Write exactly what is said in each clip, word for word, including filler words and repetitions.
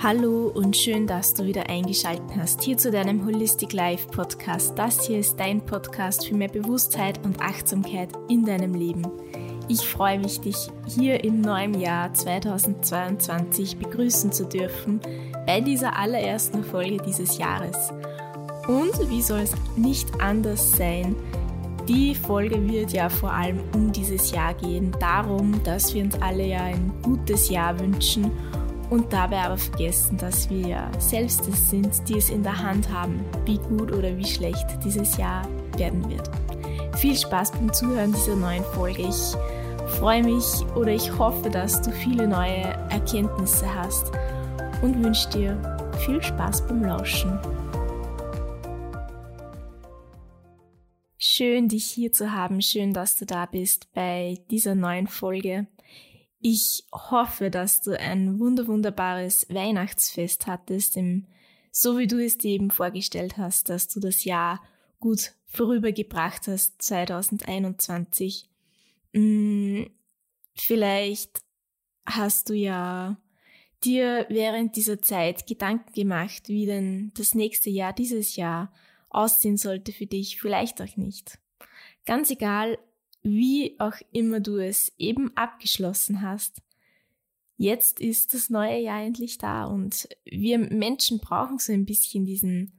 Hallo und schön, dass du wieder eingeschaltet hast hier zu deinem Holistic Life Podcast. Das hier ist dein Podcast für mehr Bewusstheit und Achtsamkeit in deinem Leben. Ich freue mich, dich hier im neuen Jahr zweitausendzweiundzwanzig begrüßen zu dürfen bei dieser allerersten Folge dieses Jahres. Und wie soll es nicht anders sein? Die Folge wird ja vor allem um dieses Jahr gehen, darum, dass wir uns alle ja ein gutes Jahr wünschen und dabei aber vergessen, dass wir ja selbst es sind, die es in der Hand haben, wie gut oder wie schlecht dieses Jahr werden wird. Viel Spaß beim Zuhören dieser neuen Folge. Ich freue mich oder ich hoffe, dass du viele neue Erkenntnisse hast und wünsche dir viel Spaß beim Lauschen. Schön, dich hier zu haben. Schön, dass du da bist bei dieser neuen Folge. Ich hoffe, dass du ein wunder wunderbares Weihnachtsfest hattest, im, so wie du es dir eben vorgestellt hast, dass du das Jahr gut vorübergebracht hast, zweitausendeinundzwanzig. Hm, vielleicht hast du ja dir während dieser Zeit Gedanken gemacht, wie denn das nächste Jahr, dieses Jahr aussehen sollte für dich, vielleicht auch nicht. Ganz egal, wie auch immer du es eben abgeschlossen hast. Jetzt ist das neue Jahr endlich da und wir Menschen brauchen so ein bisschen diesen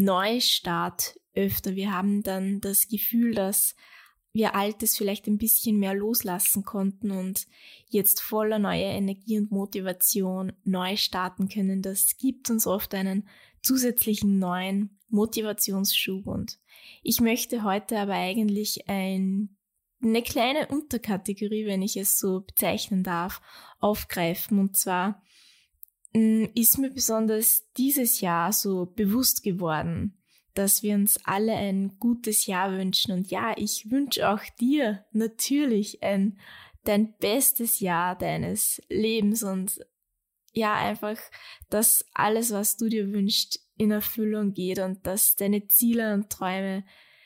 Neustart öfter. Wir haben dann das Gefühl, dass wir Altes vielleicht ein bisschen mehr loslassen konnten und jetzt voller neuer Energie und Motivation neu starten können. Das gibt uns oft einen zusätzlichen neuen Motivationsschub und ich möchte heute aber eigentlich ein eine kleine Unterkategorie, wenn ich es so bezeichnen darf, aufgreifen. Und zwar ist mir besonders dieses Jahr so bewusst geworden, dass wir uns alle ein gutes Jahr wünschen. Und ja, ich wünsche auch dir natürlich ein dein bestes Jahr deines Lebens und ja, einfach, dass alles, was du dir wünschst, in Erfüllung geht und dass deine Ziele und Träume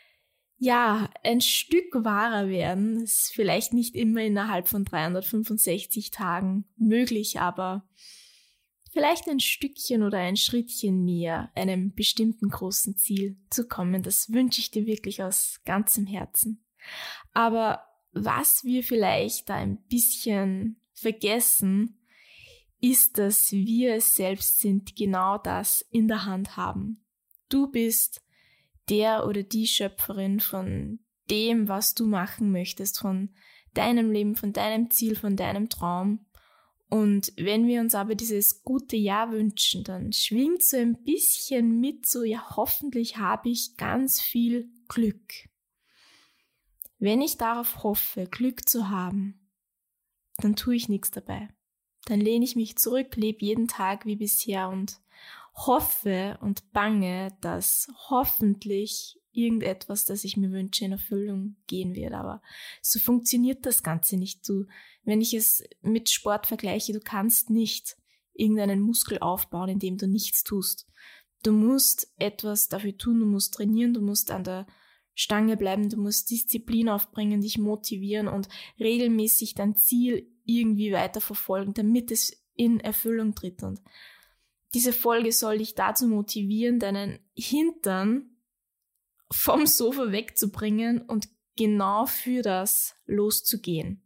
ja, ein Stück wahrer werden. Das ist vielleicht nicht immer innerhalb von dreihundertfünfundsechzig Tagen möglich, aber vielleicht ein Stückchen oder ein Schrittchen näher einem bestimmten großen Ziel zu kommen. Das wünsche ich dir wirklich aus ganzem Herzen. Aber was wir vielleicht da ein bisschen vergessen, ist, dass wir es selbst sind, genau das in der Hand haben. Du bist der oder die Schöpferin von dem, was du machen möchtest, von deinem Leben, von deinem Ziel, von deinem Traum. Und wenn wir uns aber dieses gute Jahr wünschen, dann schwingt so ein bisschen mit, so ja, hoffentlich habe ich ganz viel Glück. Wenn ich darauf hoffe, Glück zu haben, dann tue ich nichts dabei. Dann lehne ich mich zurück, lebe jeden Tag wie bisher und hoffe und bange, dass hoffentlich irgendetwas, das ich mir wünsche, in Erfüllung gehen wird. Aber so funktioniert das Ganze nicht. Du, wenn ich es mit Sport vergleiche, du kannst nicht irgendeinen Muskel aufbauen, indem du nichts tust. Du musst etwas dafür tun, du musst trainieren, du musst an der Stange bleiben, du musst Disziplin aufbringen, dich motivieren und regelmäßig dein Ziel irgendwie weiter verfolgen, damit es in Erfüllung tritt. Und diese Folge soll dich dazu motivieren, deinen Hintern vom Sofa wegzubringen und genau für das loszugehen.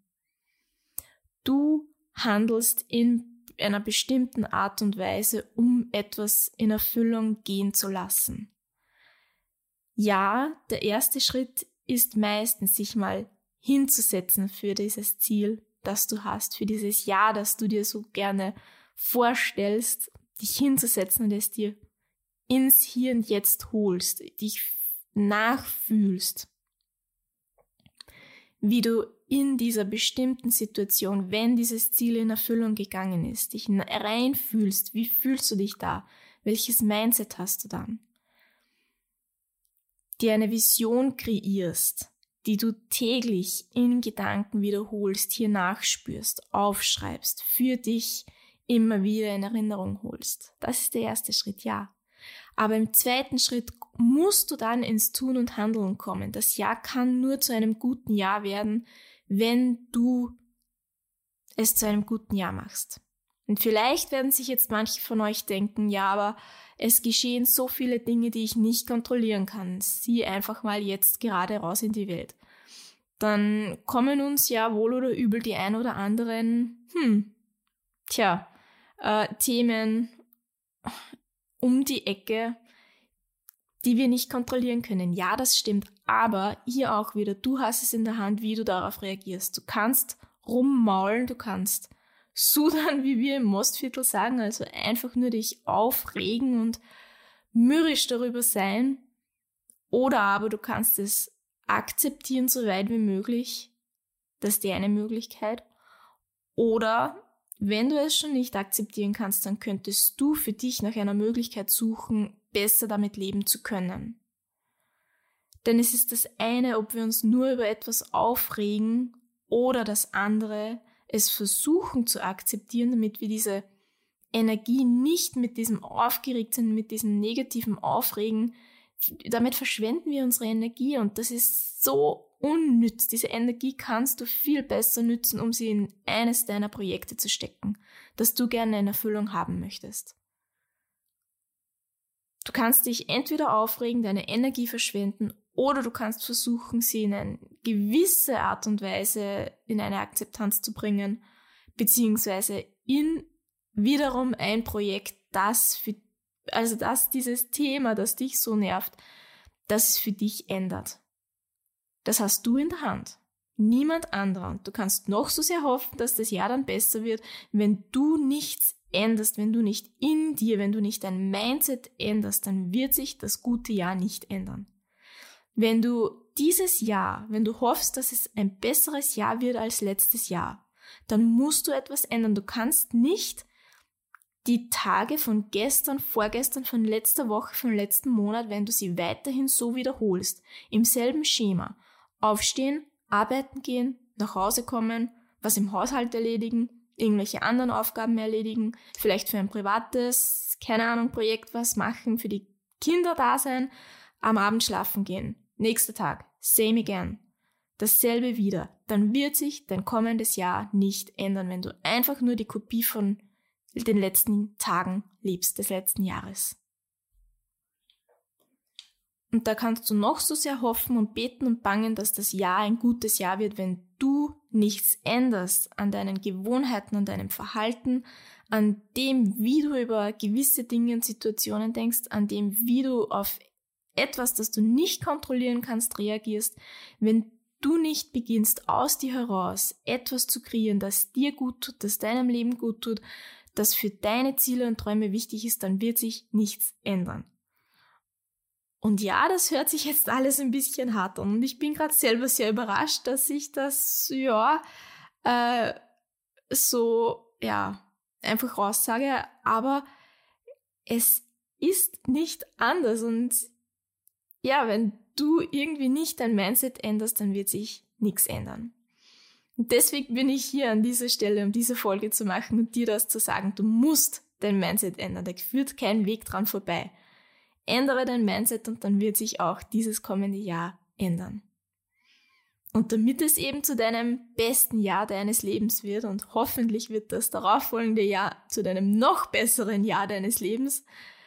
Du handelst in einer bestimmten Art und Weise, um etwas in Erfüllung gehen zu lassen. Ja, der erste Schritt ist meistens, sich mal hinzusetzen für dieses Ziel, das du hast, für dieses Jahr, das du dir so gerne vorstellst, dich hinzusetzen und es dir ins Hier und Jetzt holst, dich nachfühlst, wie du in dieser bestimmten Situation, wenn dieses Ziel in Erfüllung gegangen ist, dich reinfühlst, wie fühlst du dich da, welches Mindset hast du dann, dir eine Vision kreierst, die du täglich in Gedanken wiederholst, hier nachspürst, aufschreibst, für dich immer wieder in Erinnerung holst. Das ist der erste Schritt, ja. Aber im zweiten Schritt musst du dann ins Tun und Handeln kommen. Das Jahr kann nur zu einem guten Jahr werden, wenn du es zu einem guten Jahr machst. Und vielleicht werden sich jetzt manche von euch denken, ja, aber es geschehen so viele Dinge, die ich nicht kontrollieren kann. Sieh einfach mal jetzt gerade raus in die Welt. Dann kommen uns ja wohl oder übel die ein oder anderen, hm, tja, äh, Themen um die Ecke, die wir nicht kontrollieren können. Ja, das stimmt, aber hier auch wieder, du hast es in der Hand, wie du darauf reagierst. Du kannst rummaulen, du kannst sudern, wie wir im Mostviertel sagen, also einfach nur dich aufregen und mürrisch darüber sein. Oder aber du kannst es akzeptieren, so weit wie möglich. Das ist die eine Möglichkeit. Oder wenn du es schon nicht akzeptieren kannst, dann könntest du für dich nach einer Möglichkeit suchen, besser damit leben zu können. Denn es ist das eine, ob wir uns nur über etwas aufregen oder das andere, es versuchen zu akzeptieren, damit wir diese Energie nicht mit diesem Aufgeregtsein, mit diesem negativen Aufregen, damit verschwenden wir unsere Energie und das ist so unnütz. Diese Energie kannst du viel besser nützen, um sie in eines deiner Projekte zu stecken, das du gerne in Erfüllung haben möchtest. Du kannst dich entweder aufregen, deine Energie verschwenden, oder du kannst versuchen, sie in eine gewisse Art und Weise in eine Akzeptanz zu bringen, beziehungsweise in wiederum ein Projekt, das für, also das dieses Thema, das dich so nervt, das es für dich ändert. Das hast du in der Hand. Niemand anderer. Und du kannst noch so sehr hoffen, dass das Jahr dann besser wird, wenn du nichts änderst, wenn du nicht in dir, wenn du nicht dein Mindset änderst, dann wird sich das gute Jahr nicht ändern. Wenn du dieses Jahr, wenn du hoffst, dass es ein besseres Jahr wird als letztes Jahr, dann musst du etwas ändern. Du kannst nicht die Tage von gestern, vorgestern, von letzter Woche, von letzten Monat, wenn du sie weiterhin so wiederholst, im selben Schema, aufstehen, arbeiten gehen, nach Hause kommen, was im Haushalt erledigen, irgendwelche anderen Aufgaben erledigen, vielleicht für ein privates, keine Ahnung, Projekt was machen, für die Kinder da sein, am Abend schlafen gehen. Nächster Tag, same again. Dasselbe wieder. Dann wird sich dein kommendes Jahr nicht ändern, wenn du einfach nur die Kopie von den letzten Tagen lebst, des letzten Jahres. Und da kannst du noch so sehr hoffen und beten und bangen, dass das Jahr ein gutes Jahr wird, wenn du nichts änderst an deinen Gewohnheiten, an deinem Verhalten, an dem, wie du über gewisse Dinge und Situationen denkst, an dem, wie du auf etwas, das du nicht kontrollieren kannst, reagierst, wenn du nicht beginnst, aus dir heraus etwas zu kreieren, das dir gut tut, das deinem Leben gut tut, das für deine Ziele und Träume wichtig ist, dann wird sich nichts ändern. Und ja, das hört sich jetzt alles ein bisschen hart an und ich bin gerade selber sehr überrascht, dass ich das, ja, äh, so, ja, einfach raussage, aber es ist nicht anders und ja, wenn du irgendwie nicht dein Mindset änderst, dann wird sich nichts ändern. Und deswegen bin ich hier an dieser Stelle, um diese Folge zu machen und dir das zu sagen. Du musst dein Mindset ändern, da führt kein Weg dran vorbei. Ändere dein Mindset und dann wird sich auch dieses kommende Jahr ändern. Und damit es eben zu deinem besten Jahr deines Lebens wird und hoffentlich wird das darauffolgende Jahr zu deinem noch besseren Jahr deines Lebens,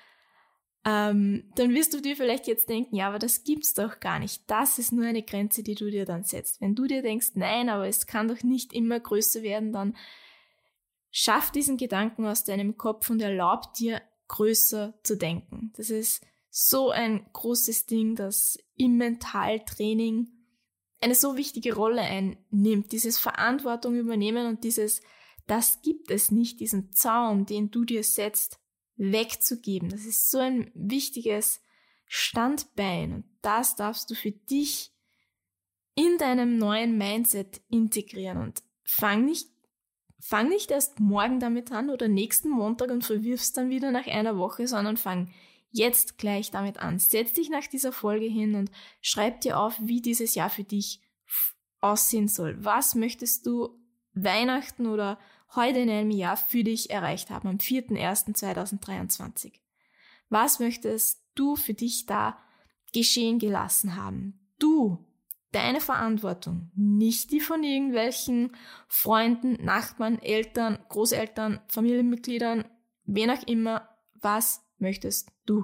Ähm, dann wirst du dir vielleicht jetzt denken, ja, aber das gibt's doch gar nicht. Das ist nur eine Grenze, die du dir dann setzt. Wenn du dir denkst, nein, aber es kann doch nicht immer größer werden, dann schaff diesen Gedanken aus deinem Kopf und erlaub dir, größer zu denken. Das ist so ein großes Ding, das im Mentaltraining eine so wichtige Rolle einnimmt. Dieses Verantwortung übernehmen und dieses, das gibt es nicht, diesen Zaun, den du dir setzt, wegzugeben. Das ist so ein wichtiges Standbein und das darfst du für dich in deinem neuen Mindset integrieren und fang nicht, fang nicht erst morgen damit an oder nächsten Montag und verwirfst dann wieder nach einer Woche, sondern fang jetzt gleich damit an. Setz dich nach dieser Folge hin und schreib dir auf, wie dieses Jahr für dich aussehen soll. Was möchtest du Weihnachten oder heute in einem Jahr für dich erreicht haben, am vierten ersten zweitausenddreiundzwanzig. Was möchtest du für dich da geschehen gelassen haben? Du, deine Verantwortung, nicht die von irgendwelchen Freunden, Nachbarn, Eltern, Großeltern, Familienmitgliedern, wen auch immer. Was möchtest du?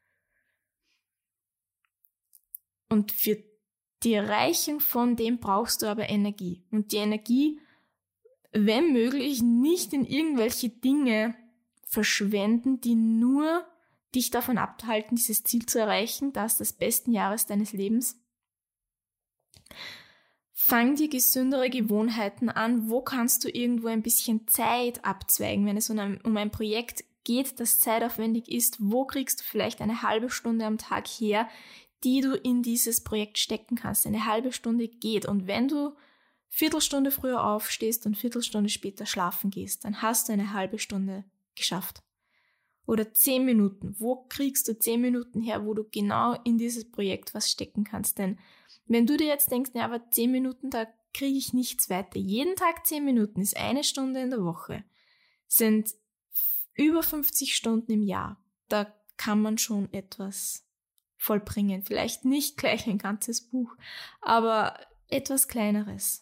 Und für die Erreichung von dem brauchst du aber Energie. Und die Energie, wenn möglich, nicht in irgendwelche Dinge verschwenden, die nur dich davon abhalten, dieses Ziel zu erreichen, das des besten Jahres deines Lebens. Fang dir gesündere Gewohnheiten an. Wo kannst du irgendwo ein bisschen Zeit abzweigen, wenn es um ein, um ein Projekt geht, das zeitaufwendig ist? Wo kriegst du vielleicht eine halbe Stunde am Tag her, die du in dieses Projekt stecken kannst? Eine halbe Stunde geht. Und wenn du Viertelstunde früher aufstehst und Viertelstunde später schlafen gehst, dann hast du eine halbe Stunde geschafft. Oder zehn Minuten. Wo kriegst du zehn Minuten her, wo du genau in dieses Projekt was stecken kannst? Denn wenn du dir jetzt denkst, ja, aber zehn Minuten, da kriege ich nichts weiter. Jeden Tag zehn Minuten ist eine Stunde in der Woche. Sind über fünfzig Stunden im Jahr. Da kann man schon etwas vollbringen. Vielleicht nicht gleich ein ganzes Buch, aber etwas Kleineres.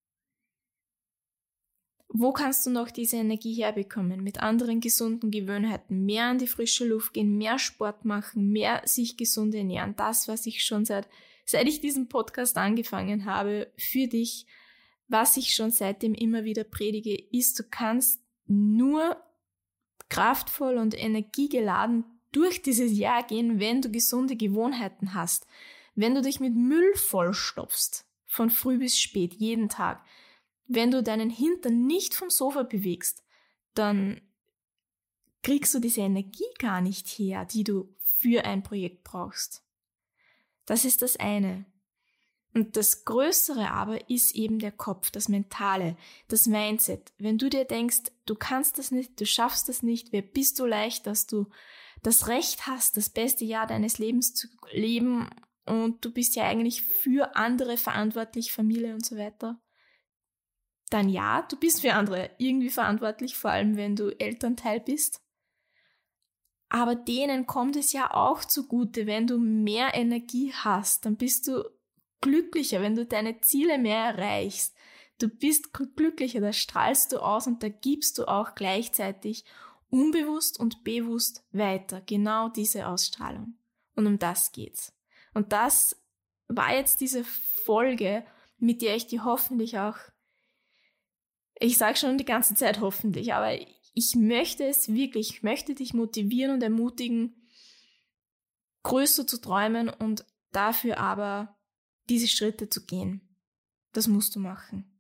Wo kannst du noch diese Energie herbekommen? Mit anderen gesunden Gewohnheiten. Mehr an die frische Luft gehen, mehr Sport machen, mehr sich gesund ernähren. Das, was ich schon seit, seit ich diesen Podcast angefangen habe, für dich, was ich schon seitdem immer wieder predige, ist, du kannst nur kraftvoll und energiegeladen durch dieses Jahr gehen, wenn du gesunde Gewohnheiten hast. Wenn du dich mit Müll vollstopfst, von früh bis spät, jeden Tag. Wenn du deinen Hintern nicht vom Sofa bewegst, dann kriegst du diese Energie gar nicht her, die du für ein Projekt brauchst. Das ist das eine. Und das Größere aber ist eben der Kopf, das Mentale, das Mindset. Wenn du dir denkst, du kannst das nicht, du schaffst das nicht, wer bist du leicht, dass du das Recht hast, das beste Jahr deines Lebens zu leben und du bist ja eigentlich für andere verantwortlich, Familie und so weiter, dann ja, du bist für andere irgendwie verantwortlich, vor allem wenn du Elternteil bist. Aber denen kommt es ja auch zugute, wenn du mehr Energie hast, dann bist du glücklicher, wenn du deine Ziele mehr erreichst. Du bist glücklicher, da strahlst du aus und da gibst du auch gleichzeitig unbewusst und bewusst weiter. Genau diese Ausstrahlung. Und um das geht's. Und das war jetzt diese Folge, mit der ich dir hoffentlich auch, ich sage schon die ganze Zeit hoffentlich, aber ich möchte es wirklich, ich möchte dich motivieren und ermutigen, größer zu träumen und dafür aber diese Schritte zu gehen. Das musst du machen.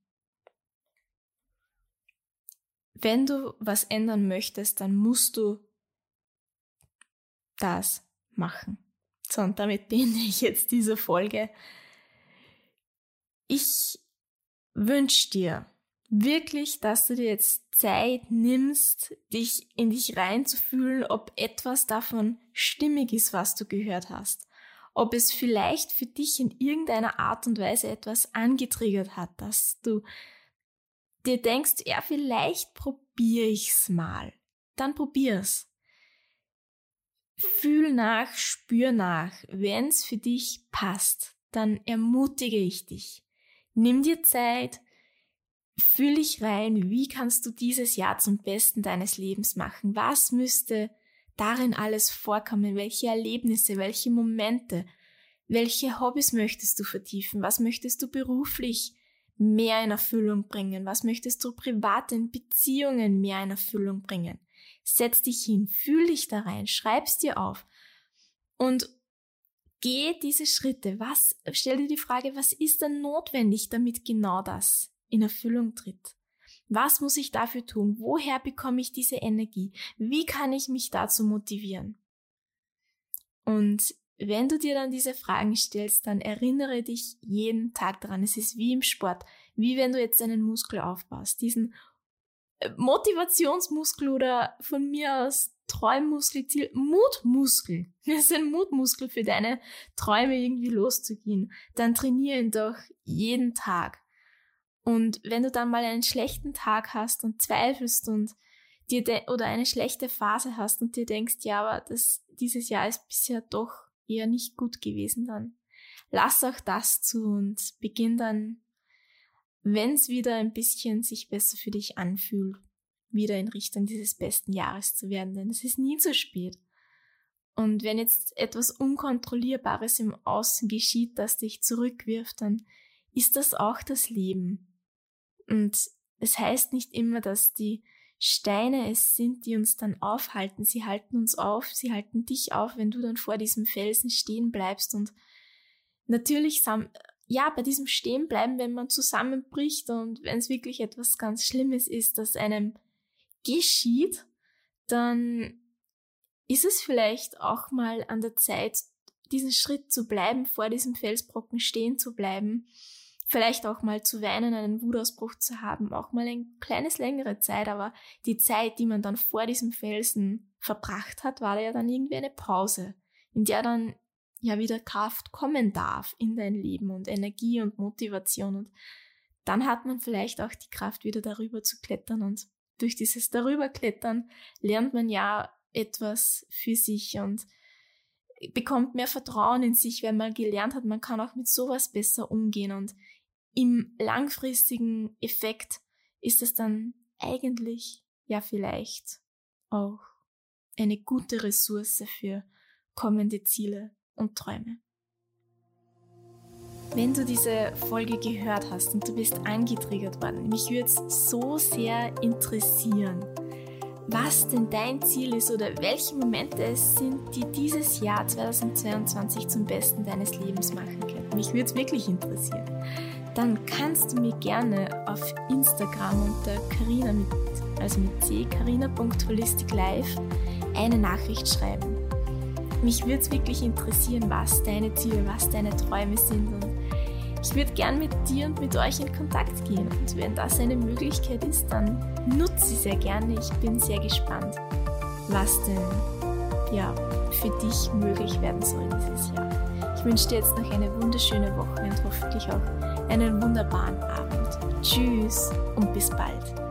Wenn du was ändern möchtest, dann musst du das machen. So, und damit beende ich jetzt diese Folge. Ich wünsche dir wirklich, dass du dir jetzt Zeit nimmst, dich in dich reinzufühlen, ob etwas davon stimmig ist, was du gehört hast. Ob es vielleicht für dich in irgendeiner Art und Weise etwas angetriggert hat, dass du dir denkst, ja, vielleicht probiere ich's mal. Dann probier's. Fühl nach, spür nach. Wenn's für dich passt, dann ermutige ich dich. Nimm dir Zeit, fühl dich rein, wie kannst du dieses Jahr zum Besten deines Lebens machen? Was müsste darin alles vorkommen? Welche Erlebnisse, welche Momente, welche Hobbys möchtest du vertiefen? Was möchtest du beruflich mehr in Erfüllung bringen? Was möchtest du privat in Beziehungen mehr in Erfüllung bringen? Setz dich hin, fühl dich da rein, schreib's dir auf und geh diese Schritte. Was, stell dir die Frage, was ist denn notwendig, damit genau das in Erfüllung tritt? Was muss ich dafür tun? Woher bekomme ich diese Energie? Wie kann ich mich dazu motivieren? Und wenn du dir dann diese Fragen stellst, dann erinnere dich jeden Tag daran. Es ist wie im Sport, wie wenn du jetzt einen Muskel aufbaust. Diesen Motivationsmuskel oder von mir aus Träummuskel, Ziel, Mutmuskel. Das ist ein Mutmuskel für deine Träume irgendwie loszugehen. Dann trainiere ihn doch jeden Tag. Und wenn du dann mal einen schlechten Tag hast und zweifelst und dir de- oder eine schlechte Phase hast und dir denkst, ja, aber das, dieses Jahr ist bisher doch eher nicht gut gewesen, dann lass auch das zu und beginn dann, wenn es wieder ein bisschen sich besser für dich anfühlt, wieder in Richtung dieses besten Jahres zu werden, denn es ist nie zu spät. Und wenn jetzt etwas Unkontrollierbares im Außen geschieht, das dich zurückwirft, dann ist das auch das Leben. Und es heißt nicht immer, dass die Steine es sind, die uns dann aufhalten. Sie halten uns auf, sie halten dich auf, wenn du dann vor diesem Felsen stehen bleibst. Und natürlich, ja, bei diesem Stehenbleiben, wenn man zusammenbricht und wenn es wirklich etwas ganz Schlimmes ist, das einem geschieht, dann ist es vielleicht auch mal an der Zeit, diesen Schritt zu bleiben, vor diesem Felsbrocken stehen zu bleiben, vielleicht auch mal zu weinen, einen Wutausbruch zu haben, auch mal eine kleines längere Zeit, aber die Zeit, die man dann vor diesem Felsen verbracht hat, war ja dann irgendwie eine Pause, in der dann ja wieder Kraft kommen darf in dein Leben und Energie und Motivation, und dann hat man vielleicht auch die Kraft, wieder darüber zu klettern, und durch dieses Darüberklettern lernt man ja etwas für sich und bekommt mehr Vertrauen in sich, weil man gelernt hat, man kann auch mit sowas besser umgehen, und im langfristigen Effekt ist es dann eigentlich ja vielleicht auch eine gute Ressource für kommende Ziele und Träume. Wenn du diese Folge gehört hast und du bist angetriggert worden, mich würde es so sehr interessieren, was denn dein Ziel ist oder welche Momente es sind, die dieses Jahr zweitausendzweiundzwanzig zum Besten deines Lebens machen können. Mich würde es wirklich interessieren. Dann kannst du mir gerne auf Instagram unter Carina mit, also mit C, carina punkt holistic life, eine Nachricht schreiben. Mich würde es wirklich interessieren, was deine Ziele, was deine Träume sind, und ich würde gern mit dir und mit euch in Kontakt gehen, und wenn das eine Möglichkeit ist, dann nutze sie sehr gerne. Ich bin sehr gespannt, was denn ja, für dich möglich werden soll dieses Jahr. Ich wünsche dir jetzt noch eine wunderschöne Woche und hoffentlich auch einen wunderbaren Abend. Tschüss und bis bald.